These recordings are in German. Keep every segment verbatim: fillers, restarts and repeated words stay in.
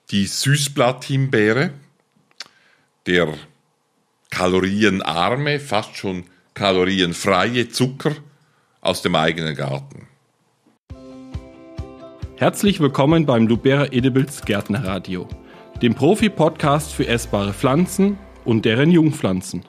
die Süßblatt-Himbeere, der kalorienarme, fast schon kalorienfreie Zucker aus dem eigenen Garten. Herzlich willkommen beim Lubera Edibles Gärtnerradio, dem Profi-Podcast für essbare Pflanzen und deren Jungpflanzen.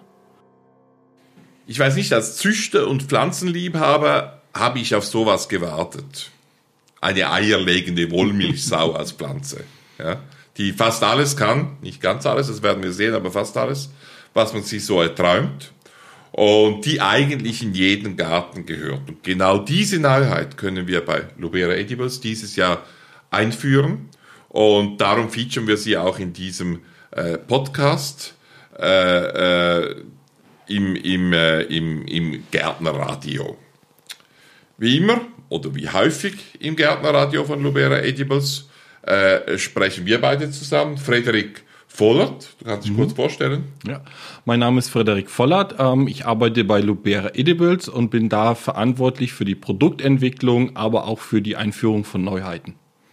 Ich weiß nicht, als Züchter und Pflanzenliebhaber habe ich auf sowas gewartet. Eine eierlegende Wollmilchsau als Pflanze, ja, die fast alles kann, nicht ganz alles, das werden wir sehen, aber fast alles, was man sich so erträumt und die eigentlich in jeden Garten gehört. Und genau diese Neuheit können wir bei Lubera Edibles dieses Jahr einführen und darum featuren wir sie auch in diesem äh, Podcast äh, äh, im, im, äh, im, im Gärtnerradio. Wie immer oder wie häufig im Gärtnerradio von Lubera Edibles äh, sprechen wir beide zusammen. Frederik Vollert, du kannst dich mhm. kurz vorstellen. Ja, mein Name ist Frederik Vollert. Ähm, ich arbeite bei Lubera Edibles und bin da verantwortlich für die Produktentwicklung, aber auch für die Einführung von Neuheiten.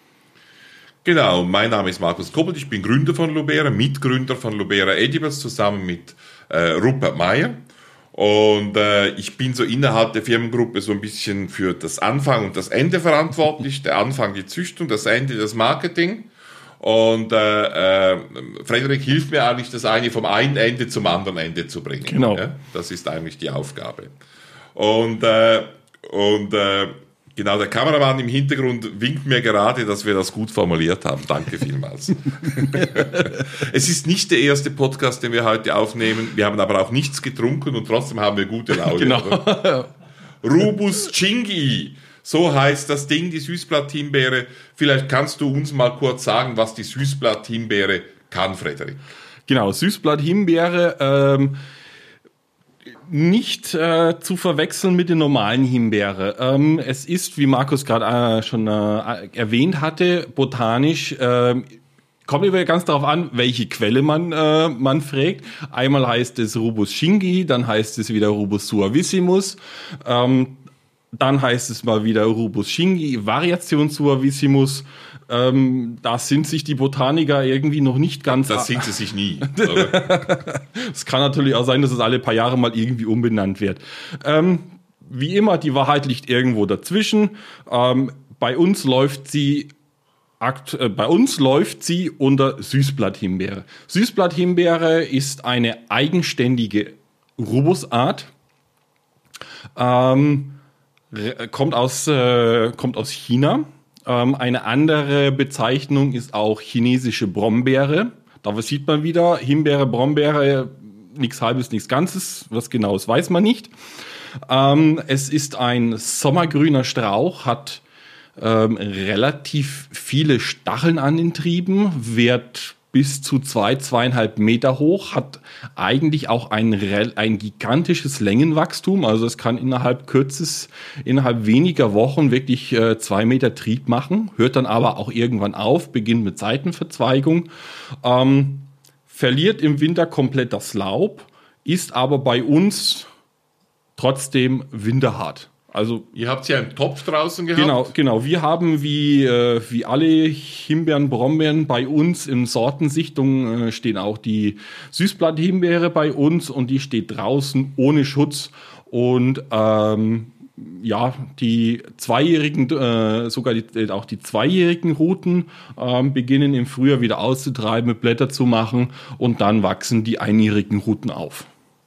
Genau, mein Name ist Markus Koppelt, ich bin Gründer von Lubera, Mitgründer von Lubera Edibles zusammen mit äh, Rupert Meyer. Und äh, ich bin so innerhalb der Firmengruppe so ein bisschen für das Anfang und das Ende verantwortlich. Der Anfang die Züchtung, das Ende das Marketing. Und äh, äh, Frederik hilft mir eigentlich, das eine vom einen Ende zum anderen Ende zu bringen. Genau. Ja? Das ist eigentlich die Aufgabe. Und, äh, und äh, genau, der Kameramann im Hintergrund winkt mir gerade, dass wir das gut formuliert haben. Danke vielmals. Es ist nicht der erste Podcast, den wir heute aufnehmen. Wir haben aber auch nichts getrunken und trotzdem haben wir gute Laune. Genau. Rubus Chingi, so heißt das Ding, die Süßblatt-Himbeere. Vielleicht kannst du uns mal kurz sagen, was die Süßblatt-Himbeere kann, Frederik. Genau, Süßblatt-Himbeere, ähm, nicht äh, zu verwechseln mit den normalen Himbeere. Ähm, es ist, wie Markus gerade äh, schon äh, erwähnt hatte, botanisch, äh, kommt immer ganz darauf an, welche Quelle man äh, man fragt. Einmal heißt es Rubus Chingi, dann heißt es wieder Rubus suavissimus, ähm, dann heißt es mal wieder Rubus Chingi, Variation suavissimus. Ähm, da sind sich die Botaniker irgendwie noch nicht ganz... Das sind sie sich nie. Es kann natürlich auch sein, dass es alle paar Jahre mal irgendwie umbenannt wird. Ähm, wie immer, die Wahrheit liegt irgendwo dazwischen. Ähm, bei uns läuft sie... Akt, äh, bei uns läuft sie unter Süßblatt-Himbeere. Süßblatt-Himbeere ist eine eigenständige Rubusart. Ähm, kommt aus, äh, kommt aus China. Ähm, eine andere Bezeichnung ist auch chinesische Brombeere. Da sieht man wieder, Himbeere, Brombeere, nichts Halbes, nichts Ganzes. Was genau ist, weiß man nicht. Ähm, es ist ein sommergrüner Strauch, hat ähm, relativ viele Stacheln an den Trieben, wird bis zu zwei, zweieinhalb Meter hoch, hat eigentlich auch ein, ein gigantisches Längenwachstum. Also es kann innerhalb kürzes, innerhalb weniger Wochen wirklich äh, zwei Meter Trieb machen, hört dann aber auch irgendwann auf, beginnt mit Seitenverzweigung, ähm, verliert im Winter komplett das Laub, ist aber bei uns trotzdem winterhart. Also, ihr habt ja einen Topf draußen gehabt? Genau, genau. Wir haben wie, äh, wie alle Himbeeren, Brombeeren bei uns in Sortensichtung äh, stehen auch die Süßblatt-Himbeere bei uns und die steht draußen ohne Schutz und ähm, ja, die zweijährigen, äh, sogar die, auch die zweijährigen Ruten ähm, beginnen im Frühjahr wieder auszutreiben, mit Blätter zu machen und dann wachsen die einjährigen Ruten auf.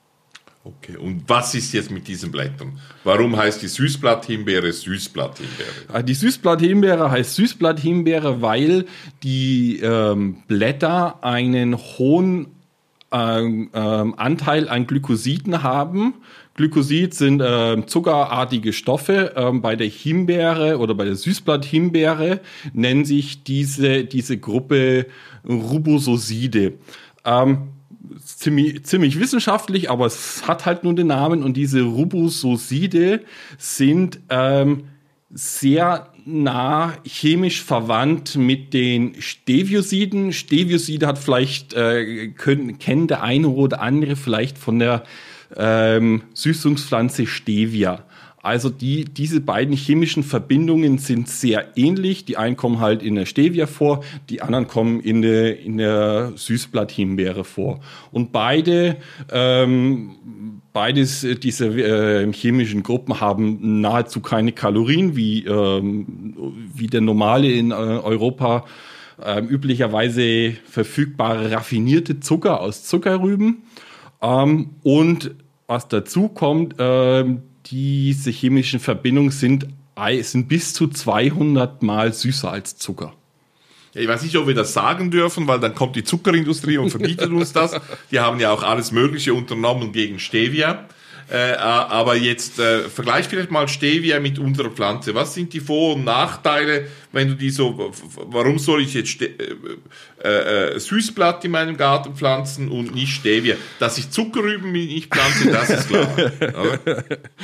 Okay, und was ist jetzt mit diesen Blättern? Warum heißt die Süßblatt-Himbeere Süßblatt-Himbeere? Die Süßblatt-Himbeere heißt Süßblatt-Himbeere, weil die ähm, Blätter einen hohen ähm, ähm, Anteil an Glykosiden haben. Glykosid sind äh, zuckerartige Stoffe. Ähm, bei der Himbeere oder bei der Süßblatt-Himbeere nennen sich diese, diese Gruppe Ruboside. Ähm, Ziemlich, ziemlich wissenschaftlich, aber es hat halt nur den Namen und diese Ruboside sind ähm, sehr nah chemisch verwandt mit den Steviosiden. Stevioside hat vielleicht, äh, können, kennen der eine oder andere vielleicht von der ähm, Süßungspflanze Stevia. Also die, diese beiden chemischen Verbindungen sind sehr ähnlich. Die einen kommen halt in der Stevia vor, die anderen kommen in der, in der Süßblatthimbeere vor. Und beide, ähm, beides, diese äh, chemischen Gruppen haben nahezu keine Kalorien, wie, ähm, wie der normale in äh, Europa äh, üblicherweise verfügbare raffinierte Zucker aus Zuckerrüben. Ähm, und was dazu kommt, ähm, diese chemischen Verbindungen sind, sind bis zu zweihundert Mal süßer als Zucker. Ja, ich weiß nicht, ob wir das sagen dürfen, weil dann kommt die Zuckerindustrie und verbietet uns das. Die haben ja auch alles Mögliche unternommen gegen Stevia. Äh, aber jetzt äh, vergleich vielleicht mal Stevia mit unserer Pflanze. Was sind die Vor- und Nachteile, wenn du die so, warum soll ich jetzt Ste- äh, äh, Süßblatt in meinem Garten pflanzen und nicht Stevia? Dass ich Zuckerrüben nicht pflanze, das ist klar.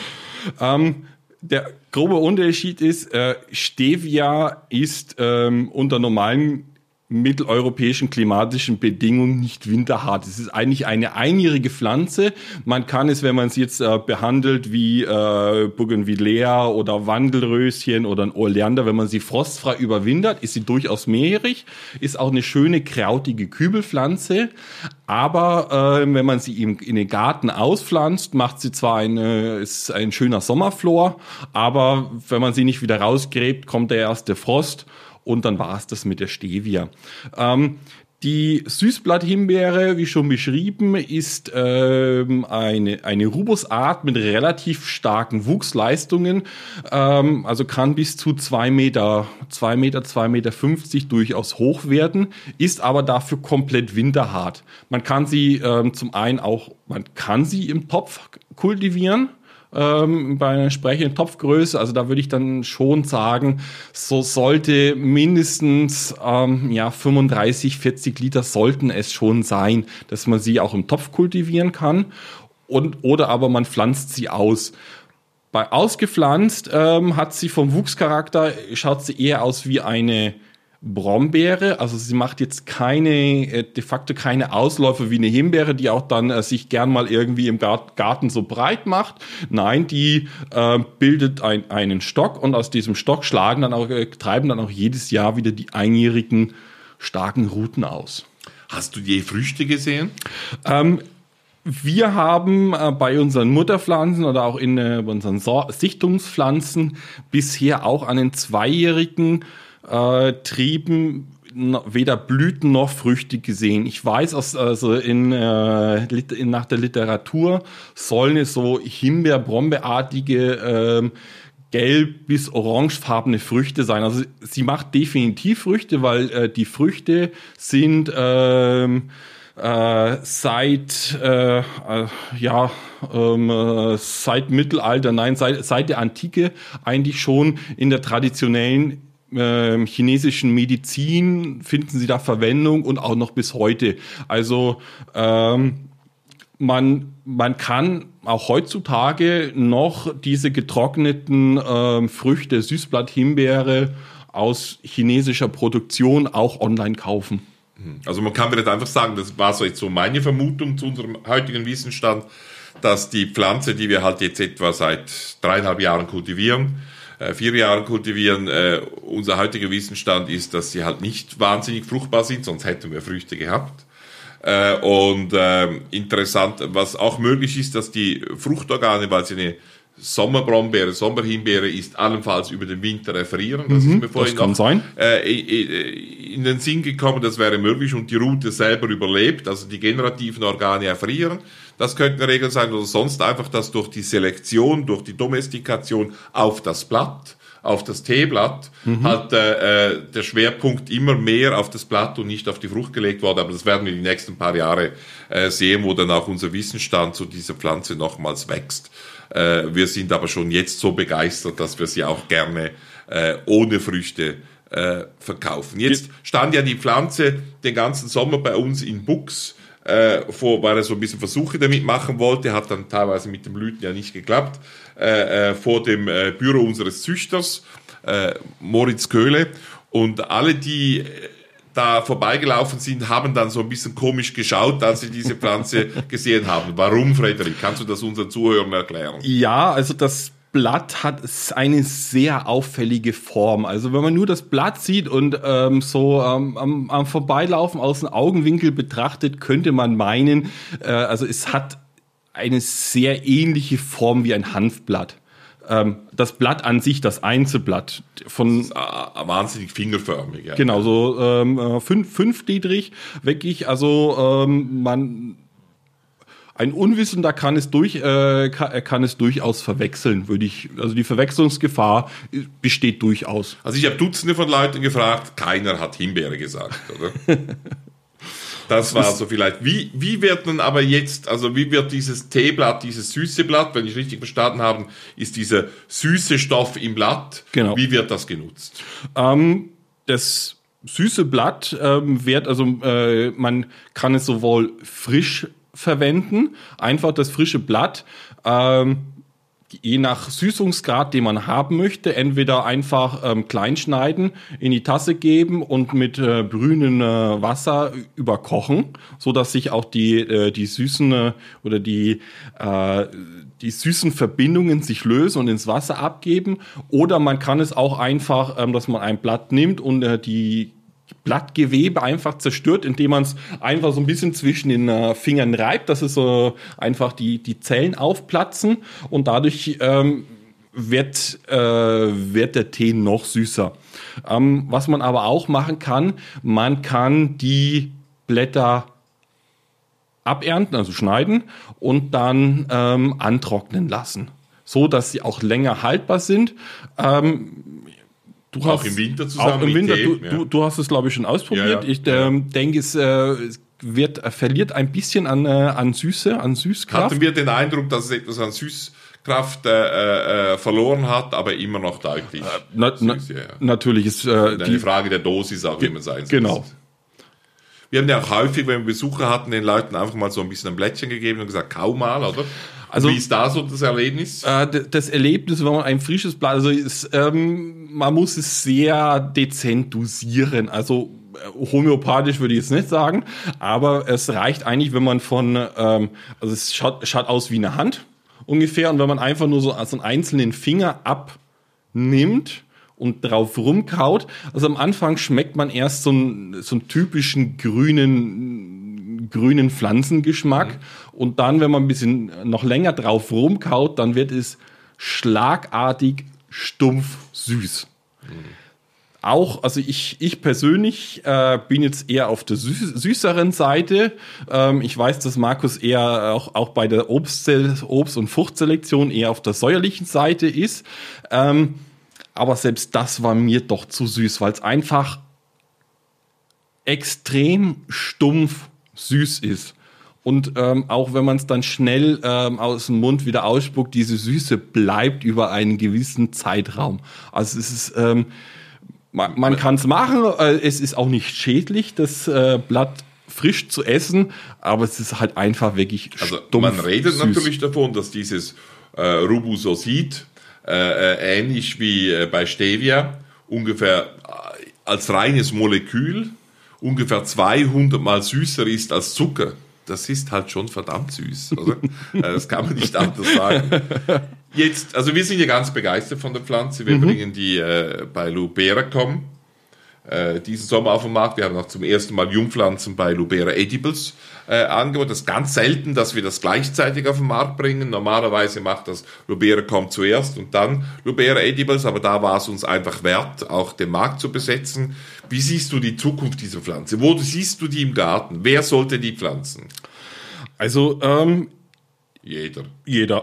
ähm, der grobe Unterschied ist, äh, Stevia ist ähm, unter normalen mitteleuropäischen klimatischen Bedingungen nicht winterhart. Es ist eigentlich eine einjährige Pflanze. Man kann es, wenn man es jetzt äh, behandelt wie äh, Bougainvillea oder Wandelröschen oder ein Oleander, wenn man sie frostfrei überwintert, ist sie durchaus mehrjährig, ist auch eine schöne krautige Kübelpflanze. Aber äh, wenn man sie im, in den Garten auspflanzt, macht sie zwar eine, ist ein schöner Sommerflor, aber wenn man sie nicht wieder rausgräbt, kommt der erste Frost. Und dann war es das mit der Stevia. Ähm, die Süßblatthimbeere, wie schon beschrieben, ist ähm, eine, eine Rubusart mit relativ starken Wuchsleistungen. Ähm, also kann bis zu zwei Meter, zwei Meter, zwei Meter fünfzig durchaus hoch werden, ist aber dafür komplett winterhart. Man kann sie ähm, zum einen auch, man kann sie im Topf kultivieren. Ähm, bei einer entsprechenden Topfgröße, also da würde ich dann schon sagen, so sollte mindestens ähm, ja fünfunddreißig, vierzig Liter sollten es schon sein, dass man sie auch im Topf kultivieren kann und oder aber man pflanzt sie aus. Bei ausgepflanzt ähm, hat sie vom Wuchscharakter, schaut sie eher aus wie eine Brombeere, also sie macht jetzt keine, äh, de facto keine Ausläufe wie eine Himbeere, die auch dann äh, sich gern mal irgendwie im Garten so breit macht. Nein, die äh, bildet ein, einen Stock und aus diesem Stock schlagen dann auch, äh, treiben dann auch jedes Jahr wieder die einjährigen starken Ruten aus. Hast du je Früchte gesehen? Ähm, Wir haben äh, bei unseren Mutterpflanzen oder auch in äh, unseren so- Sichtungspflanzen bisher auch an den zweijährigen Äh, Trieben weder Blüten noch Früchte gesehen. Ich weiß, aus, also in, äh, in, nach der Literatur sollen es so Himbeer-Brombeerartige äh, gelb- bis orangefarbene Früchte sein. Also sie macht definitiv Früchte, weil äh, die Früchte sind ähm, äh, seit äh, äh, ja ähm, äh, seit Mittelalter, nein, seit, seit der Antike eigentlich schon in der traditionellen Ähm, chinesischen Medizin finden sie da Verwendung und auch noch bis heute. Also ähm, man, man kann auch heutzutage noch diese getrockneten ähm, Früchte, Süßblatthimbeere aus chinesischer Produktion auch online kaufen. Also man kann vielleicht einfach sagen, das war so jetzt so meine Vermutung zu unserem heutigen Wissensstand, dass die Pflanze, die wir halt jetzt etwa seit dreieinhalb Jahren kultivieren, vier Jahren kultivieren, äh, unser heutiger Wissensstand ist, dass sie halt nicht wahnsinnig fruchtbar sind, sonst hätten wir Früchte gehabt. Äh, und äh, interessant, was auch möglich ist, dass die Fruchtorgane, weil sie eine Sommerbrombeere, Sommerhimbeere ist, allenfalls über den Winter referieren. Das mhm, ist mir vorhin das kann noch sein. Äh, in den Sinn gekommen, das wäre möglich und die Rute selber überlebt, also die generativen Organe erfrieren. Das könnte eine Regel sein oder sonst einfach, dass durch die Selektion, durch die Domestikation auf das Blatt, auf das Teeblatt, mhm. halt äh, der Schwerpunkt immer mehr auf das Blatt und nicht auf die Frucht gelegt worden. Aber das werden wir die nächsten paar Jahre äh, sehen, wo dann auch unser Wissensstand zu dieser Pflanze nochmals wächst. Äh, wir sind aber schon jetzt so begeistert, dass wir sie auch gerne äh, ohne Früchte äh, verkaufen. Jetzt stand ja die Pflanze den ganzen Sommer bei uns in Buchs, Äh, vor, weil er so ein bisschen Versuche damit machen wollte, hat dann teilweise mit den Blüten ja nicht geklappt, äh, äh, vor dem äh, Büro unseres Züchters, äh, Moritz Köhle. Und alle, die da vorbeigelaufen sind, haben dann so ein bisschen komisch geschaut, als sie diese Pflanze gesehen haben. Warum, Frederik? Kannst du das unseren Zuhörern erklären? Ja, also das Blatt hat eine sehr auffällige Form. Also wenn man nur das Blatt sieht und ähm, so ähm, am, am Vorbeilaufen aus dem Augenwinkel betrachtet, könnte man meinen, äh, also es hat eine sehr ähnliche Form wie ein Hanfblatt. Ähm, das Blatt an sich, das Einzelblatt von das ist, äh, wahnsinnig fingerförmig. Ja. Genau, so ähm, fünf, fünfgliedrig, wirklich. Also ähm, man Ein Unwissender kann es durch, äh, kann, kann es durchaus verwechseln, würde ich. Also die Verwechslungsgefahr besteht durchaus. Also ich habe Dutzende von Leuten gefragt, keiner hat Himbeere gesagt, oder? Das war so vielleicht. Wie, wie wird nun aber jetzt, also wie wird dieses Teeblatt, dieses süße Blatt, wenn ich richtig verstanden habe, ist dieser süße Stoff im Blatt, genau. Wie wird das genutzt? Ähm, das süße Blatt ähm, wird, also äh, man kann es sowohl frisch verwenden, einfach das frische Blatt, ähm, je nach Süßungsgrad, den man haben möchte, entweder einfach ähm, klein schneiden, in die Tasse geben und mit äh, brühendem äh, Wasser überkochen, so dass sich auch die äh, die süßen äh, oder die äh, die süßen Verbindungen sich lösen und ins Wasser abgeben. Oder man kann es auch einfach, ähm, dass man ein Blatt nimmt und äh, die Blattgewebe einfach zerstört, indem man es einfach so ein bisschen zwischen den äh, Fingern reibt, dass es so einfach die, die Zellen aufplatzen und dadurch ähm, wird, äh, wird der Tee noch süßer. Ähm, was man aber auch machen kann, man kann die Blätter abernten, also schneiden und dann ähm, antrocknen lassen, so dass sie auch länger haltbar sind. Ähm, Du auch hast, im Winter zusammen auch im mit Winter, Tee, du, ja. du, du hast es, glaube ich, schon ausprobiert. Ja, ja, ich ähm, denke, es äh, wird, äh, verliert ein bisschen an, äh, an Süße, an Süßkraft. Hatten wir den Eindruck, dass es etwas an Süßkraft äh, äh, verloren hat, aber immer noch deutlich äh, na, na, süß, ja, ja. Natürlich ist äh, Eine die Frage der Dosis auch, wie man sein Genau. Wir haben ja auch häufig, wenn wir Besucher hatten, den Leuten einfach mal so ein bisschen ein Blättchen gegeben und gesagt, kau mal, oder? Also, wie ist da so das Erlebnis? Äh, das Erlebnis, wenn man ein frisches Blatt, also ist, ähm, man muss es sehr dezent dosieren. Also äh, homöopathisch würde ich jetzt nicht sagen, aber es reicht eigentlich, wenn man von, ähm, also es schaut, schaut aus wie eine Hand ungefähr, und wenn man einfach nur so, so einen einzelnen Finger abnimmt und drauf rumkaut, also am Anfang schmeckt man erst so einen, so einen typischen grünen, grünen Pflanzengeschmack, mhm. Und dann, wenn man ein bisschen noch länger drauf rumkaut, dann wird es schlagartig stumpf süß. Mhm. Auch, also ich, ich persönlich äh, bin jetzt eher auf der süß, süßeren Seite. Ähm, ich weiß, dass Markus eher auch, auch bei der Obst-, Obst- und Fruchtselektion eher auf der säuerlichen Seite ist. Ähm, aber selbst das war mir doch zu süß, weil es einfach extrem stumpf süß ist. Und ähm, auch wenn man es dann schnell ähm, aus dem Mund wieder ausspuckt, diese Süße bleibt über einen gewissen Zeitraum. Also es ist, ähm, man, man kann es machen, äh, es ist auch nicht schädlich, das äh, Blatt frisch zu essen, aber es ist halt einfach wirklich also stumpf man redet süß. natürlich davon, dass dieses äh, Rubusosid äh, ähnlich wie äh, bei Stevia ungefähr äh, als reines Molekül ungefähr zweihundert Mal süßer ist als Zucker. Das ist halt schon verdammt süß, oder? Das kann man nicht anders sagen. Jetzt, also wir sind ja ganz begeistert von der Pflanze. Wir mhm. bringen die äh, bei Luberacom äh, diesen Sommer auf den Markt. Wir haben auch zum ersten Mal Jungpflanzen bei Lubera Edibles äh, angeboten. Das ist ganz selten, dass wir das gleichzeitig auf den Markt bringen. Normalerweise macht das Luberacom zuerst und dann Lubera Edibles, aber da war es uns einfach wert, auch den Markt zu besetzen. Wie siehst du die Zukunft dieser Pflanze? Wo siehst du die im Garten? Wer sollte die pflanzen? Also, ähm, Jeder. Jeder.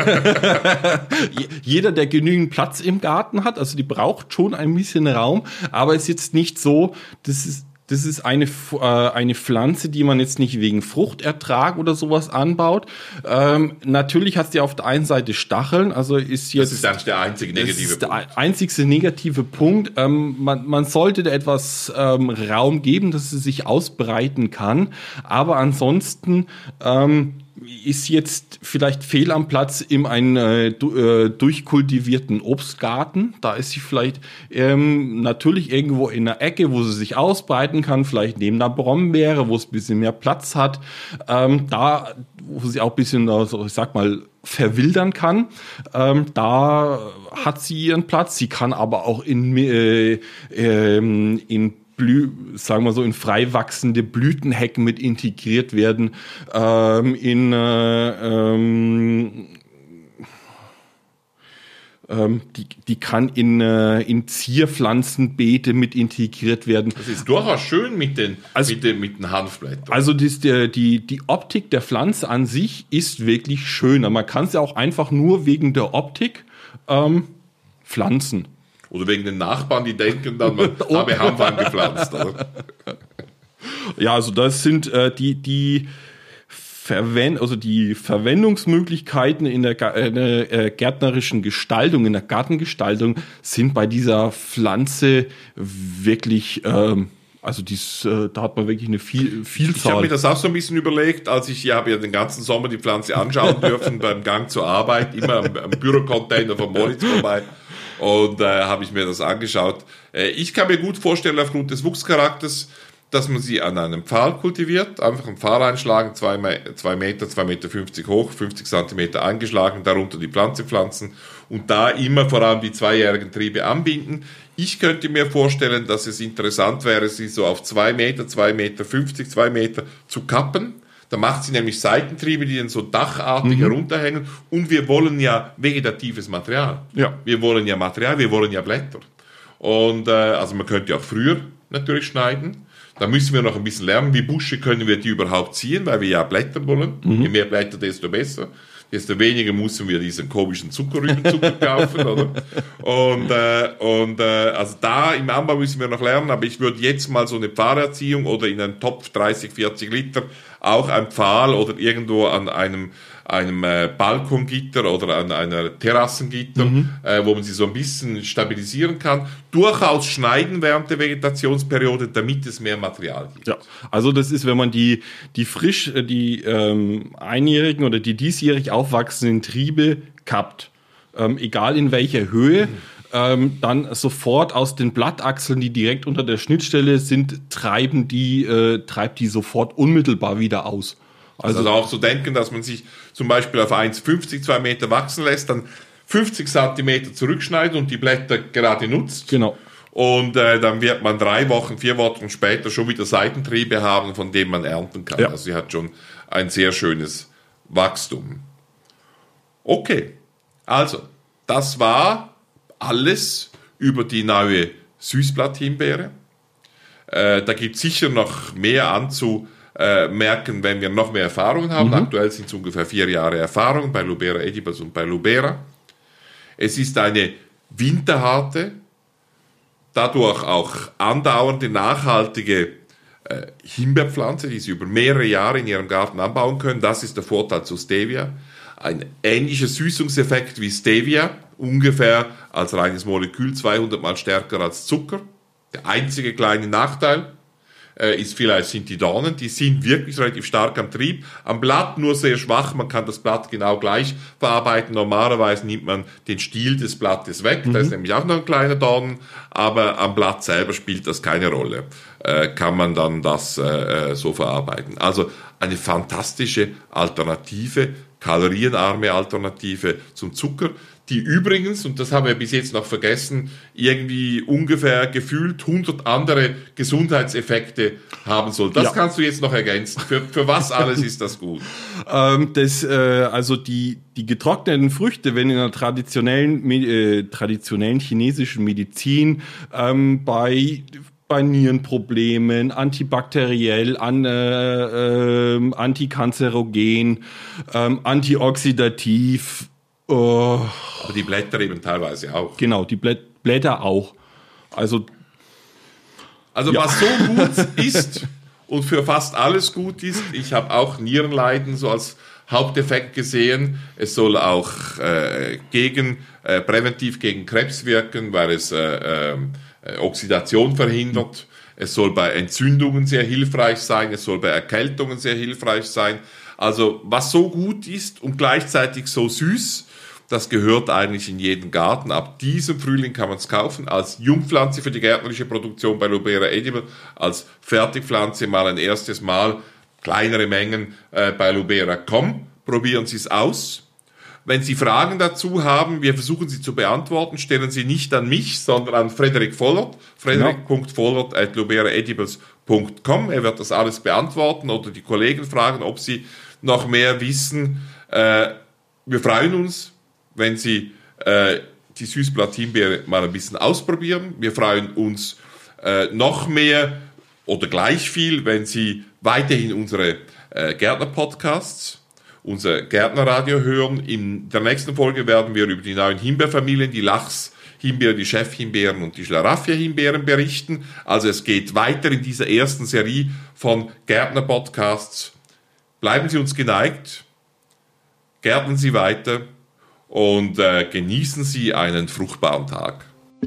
Jeder, der genügend Platz im Garten hat, also die braucht schon ein bisschen Raum, aber es ist jetzt nicht so, das ist Das ist eine, äh, eine Pflanze, die man jetzt nicht wegen Fruchtertrag oder sowas anbaut. Ähm, natürlich hat sie auf der einen Seite Stacheln, also ist jetzt... Das ist eigentlich der einzige negative das ist Punkt. Der einzigste negative Punkt. Ähm, man, man sollte da etwas ähm, Raum geben, dass sie sich ausbreiten kann. Aber ansonsten... Ähm, ist jetzt vielleicht fehl am Platz in einem äh, du, äh, durchkultivierten Obstgarten. Da ist sie vielleicht ähm, natürlich irgendwo in einer Ecke, wo sie sich ausbreiten kann, vielleicht neben einer Brombeere, wo es ein bisschen mehr Platz hat. Ähm, da, wo sie auch ein bisschen, also ich sag mal, verwildern kann. Ähm, da hat sie ihren Platz. Sie kann aber auch in, äh, ähm, in Blü, sagen wir so, in frei wachsende Blütenhecken mit integriert werden, ähm, in äh, ähm, ähm, die, die kann in, äh, in Zierpflanzenbeete mit integriert werden. Das ist durchaus schön mit den, also, mit den, mit den Hanfblättern. Also das, die, die, die Optik der Pflanze an sich ist wirklich schön. Man kann sie auch einfach nur wegen der Optik ähm, pflanzen. Oder wegen den Nachbarn, die denken dann, man habe Hanf angepflanzt. Oder? Ja, also das sind äh, die, die, Verwend also die Verwendungsmöglichkeiten in der äh, gärtnerischen Gestaltung, in der Gartengestaltung sind bei dieser Pflanze wirklich, ähm, also dies, äh, da hat man wirklich eine viel, Vielzahl. Ich habe mir das auch so ein bisschen überlegt, als ich, ich habe ja den ganzen Sommer die Pflanze anschauen dürfen beim Gang zur Arbeit, immer am, am Bürocontainer von Moritz vorbei. Und äh, habe ich mir das angeschaut. Äh, ich kann mir gut vorstellen, aufgrund des Wuchscharakters, dass man sie an einem Pfahl kultiviert. Einfach einen Pfahl einschlagen, zwei, zwei Meter, zwei Meter fünfzig hoch, fünfzig Zentimeter eingeschlagen, darunter die Pflanze pflanzen und da immer vor allem die zweijährigen Triebe anbinden. Ich könnte mir vorstellen, dass es interessant wäre, sie so auf zwei Meter, zwei Meter fünfzig, zwei Meter zu kappen. Da macht sie nämlich Seitentriebe, die dann so dachartig mhm. herunterhängen. Und wir wollen ja vegetatives Material. Ja. Wir wollen ja Material, wir wollen ja Blätter. Und äh, also man könnte auch früher natürlich schneiden. Da müssen wir noch ein bisschen lernen, wie Busche können wir die überhaupt ziehen, weil wir ja Blätter wollen. Mhm. Je mehr Blätter, desto besser. Desto weniger müssen wir diesen komischen Zuckerrübenzucker kaufen, oder? Und, äh, und äh, also da im Anbau müssen wir noch lernen, aber ich würde jetzt mal so eine Pfahlerziehung oder in einen Topf dreißig, vierzig Liter auch ein Pfahl oder irgendwo an einem, einem äh, Balkongitter oder an einer Terrassengitter, mhm. äh, wo man sie so ein bisschen stabilisieren kann, durchaus schneiden während der Vegetationsperiode, damit es mehr Material gibt. Ja, also das ist, wenn man die, die frisch, die ähm, einjährigen oder die diesjährig aufwachsenden Triebe kappt, ähm, egal in welcher Höhe, mhm. ähm, dann sofort aus den Blattachseln, die direkt unter der Schnittstelle sind, treiben die, äh, treibt die sofort unmittelbar wieder aus. Also, also auch zu denken, dass man sich zum Beispiel auf eins Komma fünfzig, zwei Meter wachsen lässt, dann fünfzig Zentimeter zurückschneidet und die Blätter gerade nutzt. Genau. Und äh, dann wird man drei Wochen, vier Wochen später schon wieder Seitentriebe haben, von denen man ernten kann. Ja. Also sie hat schon ein sehr schönes Wachstum. Okay, also das war alles über die neue Süßblatthimbeere. Äh, da gibt es sicher noch mehr anzu Äh, merken, wenn wir noch mehr Erfahrungen haben. Mhm. Aktuell sind es ungefähr vier Jahre Erfahrung bei Lubera edibas und bei Lubera. Es ist eine winterharte, dadurch auch andauernde, nachhaltige äh, Himbeerpflanze, die Sie über mehrere Jahre in Ihrem Garten anbauen können. Das ist der Vorteil zu Stevia. Ein ähnlicher Süßungseffekt wie Stevia, ungefähr als reines Molekül zweihundert Mal stärker als Zucker. Der einzige kleine Nachteil ist vielleicht sind die Dornen, die sind wirklich relativ stark am Trieb, am Blatt nur sehr schwach, man kann das Blatt genau gleich verarbeiten, normalerweise nimmt man den Stiel des Blattes weg, mhm. da ist nämlich auch noch ein kleiner Dorn, aber am Blatt selber spielt das keine Rolle, äh, kann man dann das äh, so verarbeiten. Also eine fantastische Alternative, kalorienarme Alternative zum Zucker, die übrigens, und das haben wir bis jetzt noch vergessen, irgendwie ungefähr gefühlt hundert andere Gesundheitseffekte haben soll. Das ja. kannst du jetzt noch ergänzen. Für, für was alles ist das gut? Ähm, das, äh, also die, die getrockneten Früchte, wenn in der traditionellen, äh, traditionellen chinesischen Medizin ähm, bei bei Nierenproblemen, antibakteriell, an, äh, äh, antikanzerogen, ähm, antioxidativ. Oh. Aber die Blätter eben teilweise auch. Genau, die Blätter auch. Also, also ja. was so gut ist und für fast alles gut ist, ich habe auch Nierenleiden so als Haupteffekt gesehen. Es soll auch äh, gegen, äh, präventiv gegen Krebs wirken, weil es äh, äh, Oxidation verhindert. es soll bei Entzündungen sehr hilfreich sein, es soll bei Erkältungen sehr hilfreich sein. Also was so gut ist und gleichzeitig so süß, das gehört eigentlich in jeden Garten. Ab diesem Frühling kann man es kaufen, als Jungpflanze für die gärtnerische Produktion bei Lubera Edible, als Fertigpflanze mal ein erstes Mal, kleinere Mengen äh, bei Lubera. Komm, probieren Sie es aus. Wenn Sie Fragen dazu haben, wir versuchen sie zu beantworten, stellen Sie nicht an mich, sondern an Frederik Vollert, frederik punkt vollert at lubera edibles punkt com. Er wird das alles beantworten oder die Kollegen fragen, ob sie noch mehr wissen. Äh, wir freuen uns, wenn Sie äh, die Süßblatt-Himbeere mal ein bisschen ausprobieren. Wir freuen uns äh, noch mehr oder gleich viel, wenn Sie weiterhin unsere äh, Gärtner-Podcasts, unser Gärtnerradio hören. In der nächsten Folge werden wir über die neuen Himbeerfamilien, die Lachs-Himbeeren, die Chef-Himbeeren und die Schlaraffia-Himbeeren berichten. Also es geht weiter in dieser ersten Serie von Gärtner-Podcasts. Bleiben Sie uns geneigt, gärtnern Sie weiter und äh, genießen Sie einen fruchtbaren Tag.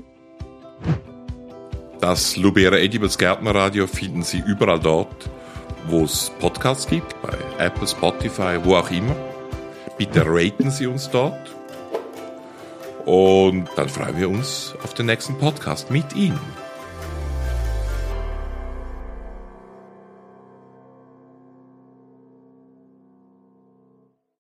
Das Lubera Edibles Gärtnerradio finden Sie überall dort, wo es Podcasts gibt, bei Apple, Spotify, wo auch immer. Bitte raten Sie uns dort. Und dann freuen wir uns auf den nächsten Podcast mit Ihnen.